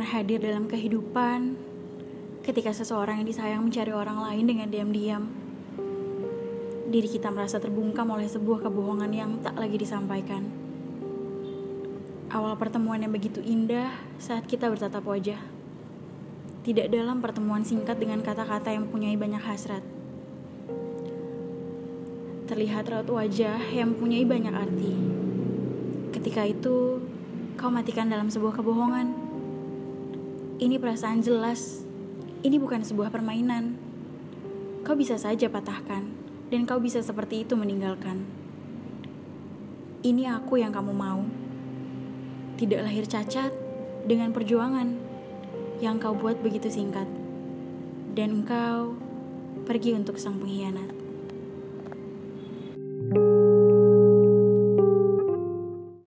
pernah hadir dalam kehidupan ketika seseorang yang disayang mencari orang lain dengan diam-diam. Diri kita merasa terbungkam oleh sebuah kebohongan yang tak lagi disampaikan. Awal pertemuan yang begitu indah saat kita bertatap wajah. Tidak dalam pertemuan singkat dengan kata-kata yang mempunyai banyak hasrat. Terlihat raut wajah yang mempunyai banyak arti. Ketika itu, kau matikan dalam sebuah kebohongan. Ini perasaan jelas. Ini bukan sebuah permainan. Kau bisa saja patahkan, dan kau bisa seperti itu meninggalkan. Ini aku yang kamu mau. Tidak lahir cacat dengan perjuangan yang kau buat begitu singkat. Dan engkau pergi untuk sang pengkhianat.